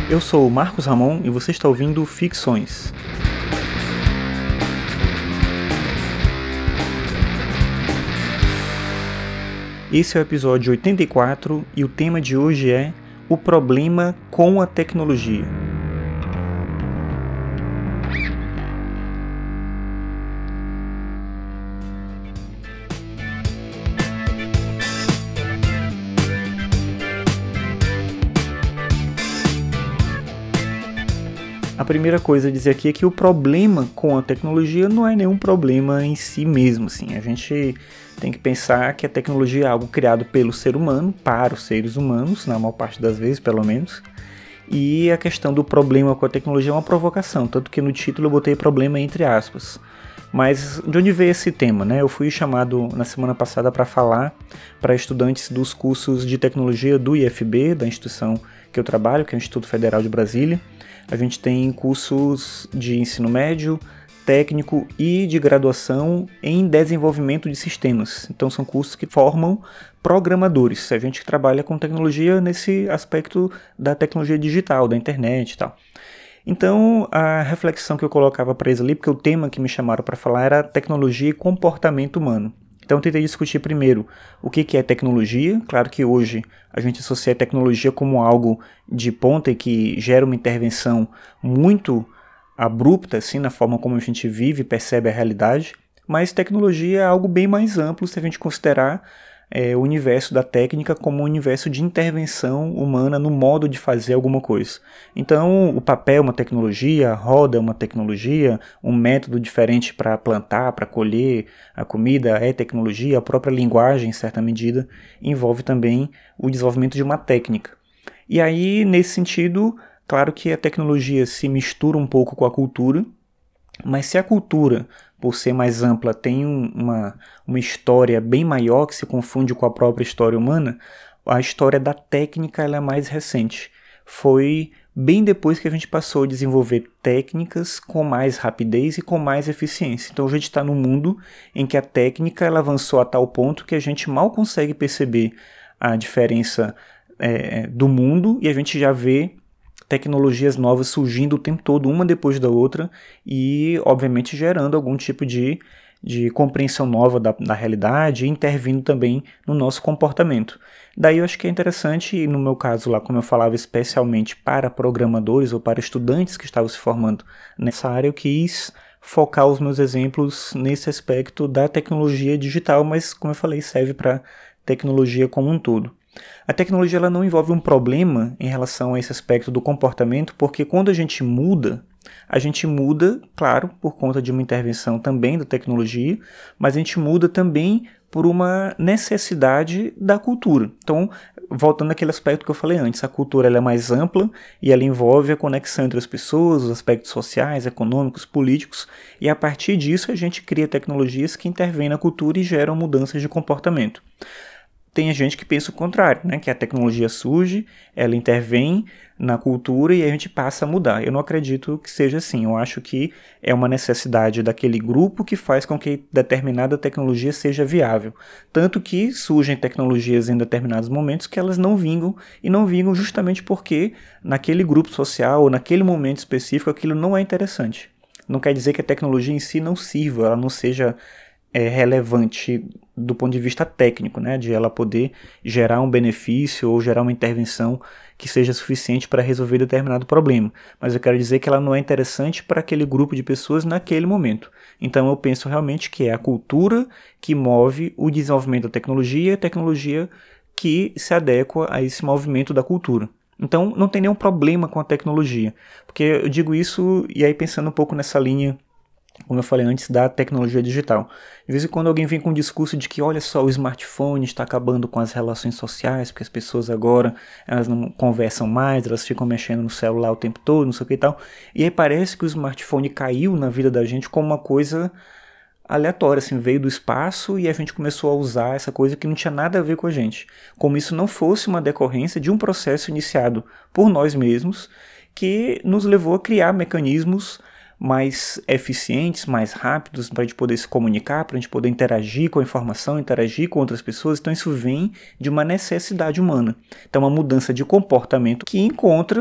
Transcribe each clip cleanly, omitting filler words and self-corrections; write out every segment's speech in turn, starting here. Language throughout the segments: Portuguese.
Eu sou o Marcos Ramon e você está ouvindo Ficções. Esse é o episódio 84 e o tema de hoje é o problema com a tecnologia. A primeira coisa a dizer aqui é que o problema com a tecnologia não é nenhum problema em si mesmo, assim. A gente tem que pensar que a tecnologia é algo criado pelo ser humano, para os seres humanos, na maior parte das vezes, pelo menos. E a questão do problema com a tecnologia é uma provocação, tanto que no título eu botei problema entre aspas. Mas de onde veio esse tema, né? Eu fui chamado na semana passada para falar para estudantes dos cursos de tecnologia do IFB, da instituição que eu trabalho, que é o Instituto Federal de Brasília. A gente tem cursos de ensino médio, técnico e de graduação em desenvolvimento de sistemas. Então são cursos que formam programadores. A gente trabalha com tecnologia nesse aspecto da tecnologia digital, da internet e tal. Então a reflexão que eu colocava para eles ali, porque o tema que me chamaram para falar era tecnologia e comportamento humano. Então eu tentei discutir primeiro o que é tecnologia. Claro que hoje a gente associa a tecnologia como algo de ponta e que gera uma intervenção muito abrupta assim, na forma como a gente vive e percebe a realidade, mas tecnologia é algo bem mais amplo se a gente considerar o universo da técnica como um universo de intervenção humana no modo de fazer alguma coisa. Então, o papel é uma tecnologia, a roda é uma tecnologia, um método diferente para plantar, para colher a comida é tecnologia, a própria linguagem, em certa medida, envolve também o desenvolvimento de uma técnica. E aí, nesse sentido, claro que a tecnologia se mistura um pouco com a cultura, mas se a cultura, por ser mais ampla, tem uma história bem maior que se confunde com a própria história humana, a história da técnica ela é mais recente. Foi bem depois que a gente passou a desenvolver técnicas com mais rapidez e com mais eficiência. Então a gente está num mundo em que a técnica ela avançou a tal ponto que a gente mal consegue perceber a diferença do mundo e a gente já vê tecnologias novas surgindo o tempo todo, uma depois da outra, e obviamente gerando algum tipo de compreensão nova da realidade e intervindo também no nosso comportamento. Daí eu acho que é interessante, e no meu caso lá, como eu falava, especialmente para programadores ou para estudantes que estavam se formando nessa área, eu quis focar os meus exemplos nesse aspecto da tecnologia digital, mas como eu falei, serve para tecnologia como um todo. A tecnologia ela não envolve um problema em relação a esse aspecto do comportamento, porque quando a gente muda, claro, por conta de uma intervenção também da tecnologia, mas a gente muda também por uma necessidade da cultura. Então, voltando àquele aspecto que eu falei antes, a cultura ela é mais ampla e ela envolve a conexão entre as pessoas, os aspectos sociais, econômicos, políticos, e a partir disso a gente cria tecnologias que intervêm na cultura e geram mudanças de comportamento. Tem gente que pensa o contrário, né? Que a tecnologia surge, ela intervém na cultura e a gente passa a mudar. Eu não acredito que seja assim. Eu acho que é uma necessidade daquele grupo que faz com que determinada tecnologia seja viável. Tanto que surgem tecnologias em determinados momentos que elas não vingam, e não vingam justamente porque naquele grupo social ou naquele momento específico aquilo não é interessante. Não quer dizer que a tecnologia em si não sirva, ela não seja relevante do ponto de vista técnico, né, de ela poder gerar um benefício ou gerar uma intervenção que seja suficiente para resolver determinado problema. Mas eu quero dizer que ela não é interessante para aquele grupo de pessoas naquele momento. Então eu penso realmente que é a cultura que move o desenvolvimento da tecnologia e a tecnologia que se adequa a esse movimento da cultura. Então não tem nenhum problema com a tecnologia, porque eu digo isso e aí pensando um pouco nessa linha, como eu falei antes, da tecnologia digital. De vez em quando alguém vem com um discurso de que, olha só, o smartphone está acabando com as relações sociais, porque as pessoas agora, elas não conversam mais, elas ficam mexendo no celular o tempo todo, não sei o que e tal. E aí parece que o smartphone caiu na vida da gente como uma coisa aleatória, assim, veio do espaço e a gente começou a usar essa coisa que não tinha nada a ver com a gente. Como isso não fosse uma decorrência de um processo iniciado por nós mesmos, que nos levou a criar mecanismos mais eficientes, mais rápidos, para a gente poder se comunicar, para a gente poder interagir com a informação, interagir com outras pessoas. Então isso vem de uma necessidade humana. Então uma mudança de comportamento que encontra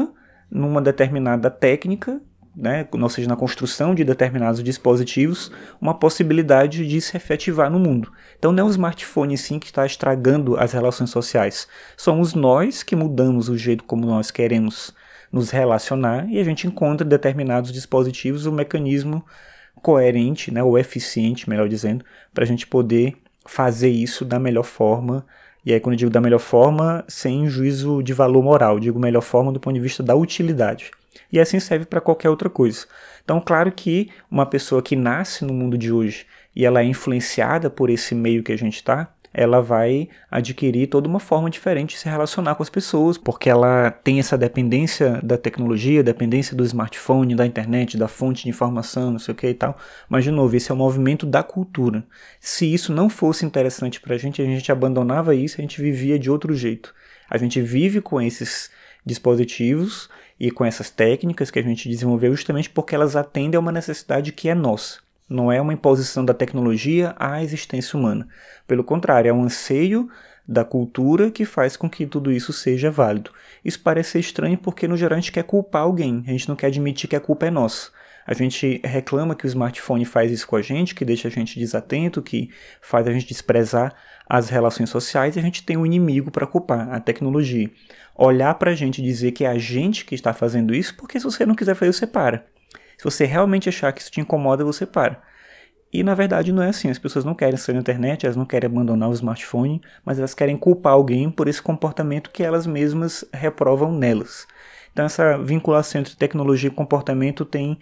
numa determinada técnica, né, ou seja, na construção de determinados dispositivos, uma possibilidade de se efetivar no mundo. Então não é o smartphone sim que está estragando as relações sociais, somos nós que mudamos o jeito como nós queremos nos relacionar e a gente encontra em determinados dispositivos um mecanismo coerente, né, ou eficiente, melhor dizendo, para a gente poder fazer isso da melhor forma. E aí quando eu digo da melhor forma, sem juízo de valor moral, digo melhor forma do ponto de vista da utilidade. E assim serve para qualquer outra coisa. Então, claro que uma pessoa que nasce no mundo de hoje e ela é influenciada por esse meio que a gente está, ela vai adquirir toda uma forma diferente de se relacionar com as pessoas, porque ela tem essa dependência da tecnologia, dependência do smartphone, da internet, da fonte de informação, não sei o que e tal. Mas, de novo, esse é o movimento da cultura. Se isso não fosse interessante para a gente abandonava isso, a gente vivia de outro jeito. A gente vive com esses dispositivos e com essas técnicas que a gente desenvolveu justamente porque elas atendem a uma necessidade que é nossa. Não é uma imposição da tecnologia à existência humana. Pelo contrário, é um anseio da cultura que faz com que tudo isso seja válido. Isso parece ser estranho porque, no geral, a gente quer culpar alguém. A gente não quer admitir que a culpa é nossa. A gente reclama que o smartphone faz isso com a gente, que deixa a gente desatento, que faz a gente desprezar as relações sociais, e a gente tem um inimigo para culpar, a tecnologia. Olhar para a gente e dizer que é a gente que está fazendo isso, porque se você não quiser fazer, você para. Se você realmente achar que isso te incomoda, você para. E na verdade não é assim, as pessoas não querem sair na internet, elas não querem abandonar o smartphone, mas elas querem culpar alguém por esse comportamento que elas mesmas reprovam nelas. Então essa vinculação entre tecnologia e comportamento tem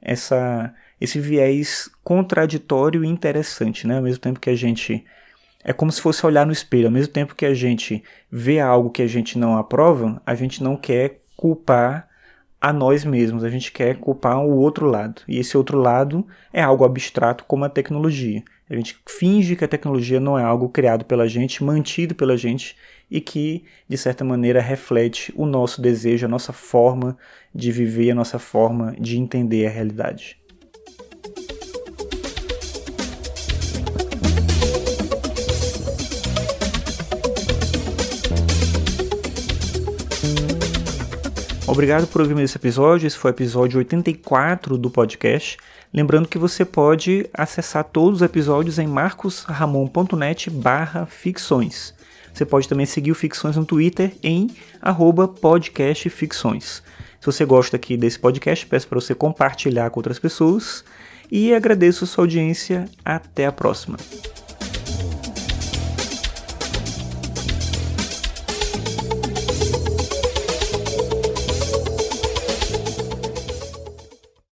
esse viés contraditório e interessante, né? Ao mesmo tempo que a gente... É como se fosse olhar no espelho, ao mesmo tempo que a gente vê algo que a gente não aprova, a gente não quer culpar a nós mesmos, a gente quer culpar o outro lado. E esse outro lado é algo abstrato como a tecnologia. A gente finge que a tecnologia não é algo criado pela gente, mantido pela gente e que, de certa maneira, reflete o nosso desejo, a nossa forma de viver, a nossa forma de entender a realidade. Obrigado por ouvir esse episódio, esse foi o episódio 84 do podcast. Lembrando que você pode acessar todos os episódios em marcosramon.net/ficções. Você pode também seguir o Ficções no Twitter em @podcastficções. Se você gosta aqui desse podcast, peço para você compartilhar com outras pessoas e agradeço a sua audiência. Até a próxima.